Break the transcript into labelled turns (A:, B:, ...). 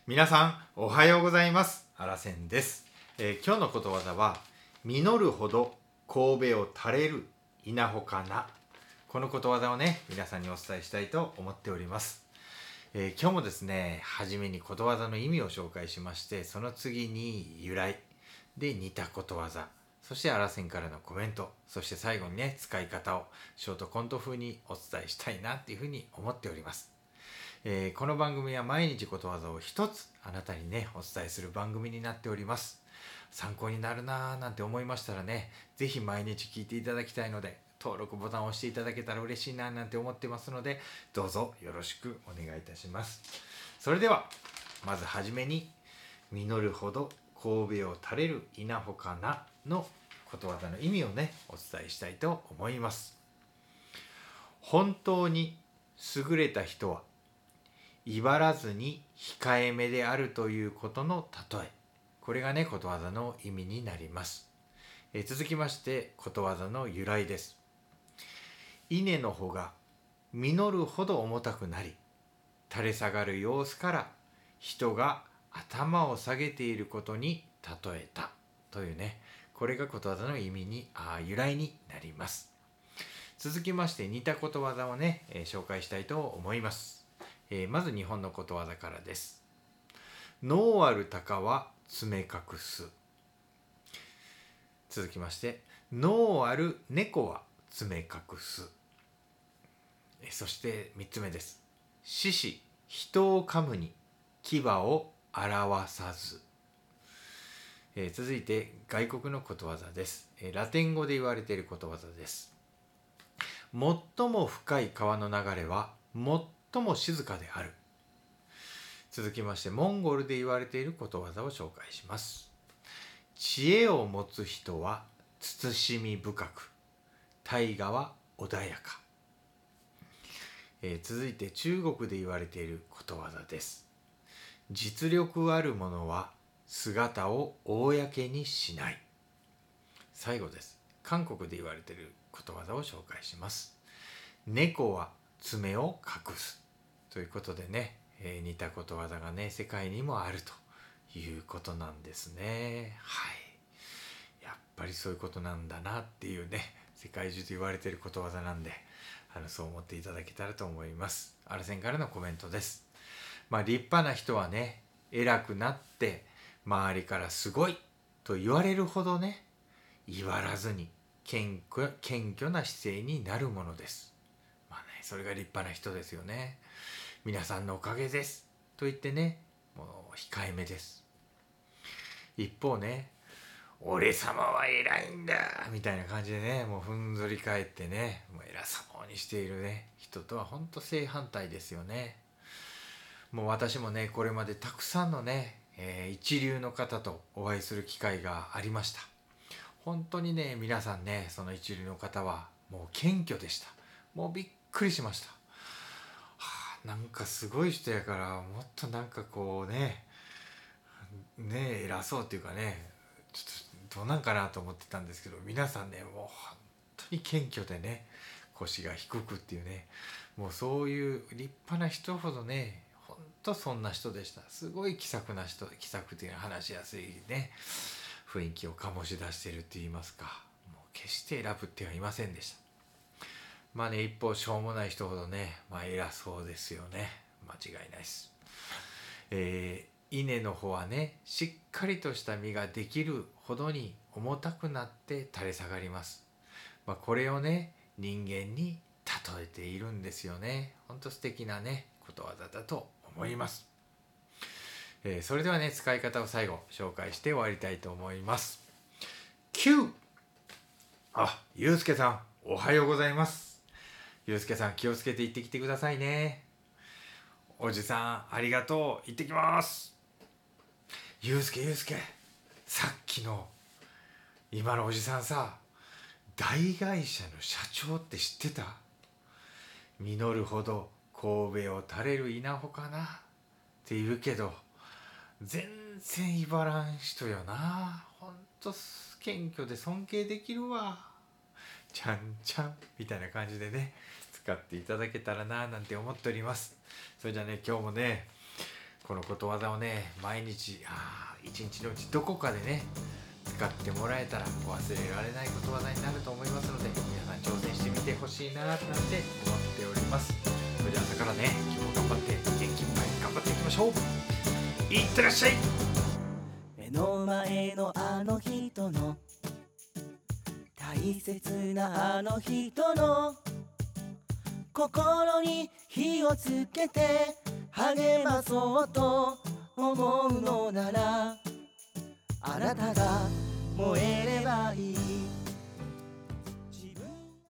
A: 皆さんおはようございます。あらせんです。今日のことわざは実るほど神戸を垂れる稲穂かな。このことわざをね皆さんにお伝えしたいと思っております。今日もですね初めにことわざの意味を紹介しまして、その次に由来で似たことわざ、そしてあらせんからのコメント、そして最後にね使い方をショートコント風にお伝えしたいなっていうふうに思っております。この番組は毎日ことわざを一つあなたにねお伝えする番組になっております。参考になるなぁなんて思いましたらね、ぜひ毎日聞いていただきたいので登録ボタンを押していただけたら嬉しいななんて思ってますので、どうぞよろしくお願いいたします。それではまずはじめに実るほど神戸を垂れる稲穂かなのことわざの意味をねお伝えしたいと思います。本当に優れた人は威張らずに控えめであるということの例え、これがねことわざの意味になります。続きましてことわざの由来です。稲の穂が実るほど重たくなり垂れ下がる様子から人が頭を下げていることに例えたというね、これがことわざの意味に由来になります。続きまして似たことわざをね、紹介したいと思います。まず日本のことわざからです。能ある鷹は爪隠す。続きまして能ある猫は爪隠す。そして3つ目です。獅子人を噛むに牙を表さず。続いて外国のことわざです。ラテン語で言われていることわざです。最も深い川の流れは最も静かである。続きましてモンゴルで言われていることわざを紹介します。知恵を持つ人は慎み深く、大河は穏やか。続いて中国で言われていることわざです。実力ある者は姿を公にしない。最後です。韓国で言われていることわざを紹介します。猫は爪を隠すということでね、似たことわざがね世界にもあるということなんですね。はい、やっぱりそういうことなんだなっていうね、世界中で言われていることわざなんで、そう思っていただけたらと思います。あらせんからのコメントです。立派な人はね偉くなって周りからすごいと言われるほどね威張らずに謙虚な姿勢になるものです。それが立派な人ですよね。皆さんのおかげですと言ってね、もう控えめです。一方ね、俺様は偉いんだみたいな感じでね、もうふんぞり返ってね、もう偉そうにしているね人とは本当正反対ですよね。もう私もねこれまでたくさんのね、一流の方とお会いする機会がありました。本当にね皆さんね、その一流の方はもう謙虚でした。もうびっくりしました。なんかすごい人やからもっとなんかこうね偉そうっていうかね、ちょっとどうなんかなと思ってたんですけど、皆さんねもう本当に謙虚でね、腰が低くっていうね、もうそういう立派な人ほどね本当そんな人でした。すごい気さくな人、気さくっていうのは話しやすいね雰囲気を醸し出しているって言いますか、もう決して選ぶってはいませんでした。一方しょうもない人ほどね偉そうですよね。間違いないです。稲の方はねしっかりとした実ができるほどに重たくなって垂れ下がります。これをね人間に例えているんですよね。本当素敵なねことわざだと思います。それではね使い方を最後紹介して終わりたいと思います。9、ゆうすけさんおはようございます。ゆうすけさん気をつけて行ってきてくださいね。おじさんありがとう、行ってきます。ゆうすけさっきの今のおじさんさ、大会社の社長って知ってた？実るほど神戸を垂れる稲穂かなって言うけど全然威張らん人よな。ほんと謙虚で尊敬できるわ。ちゃんちゃんみたいな感じでね使っていただけたらななんて思っております。それじゃあね今日もねこのことわざをね、毎日一日のうちどこかでね使ってもらえたら忘れられないことわざになると思いますので、皆さん挑戦してみてほしいななんて思っております。それでは朝からね、今日も頑張って元気いっぱいに頑張っていきましょう。いってらっしゃい。
B: 目の前のあの人の大切なあの人の心に火をつけて励まそうと思うのなら、あなたが燃えればいい。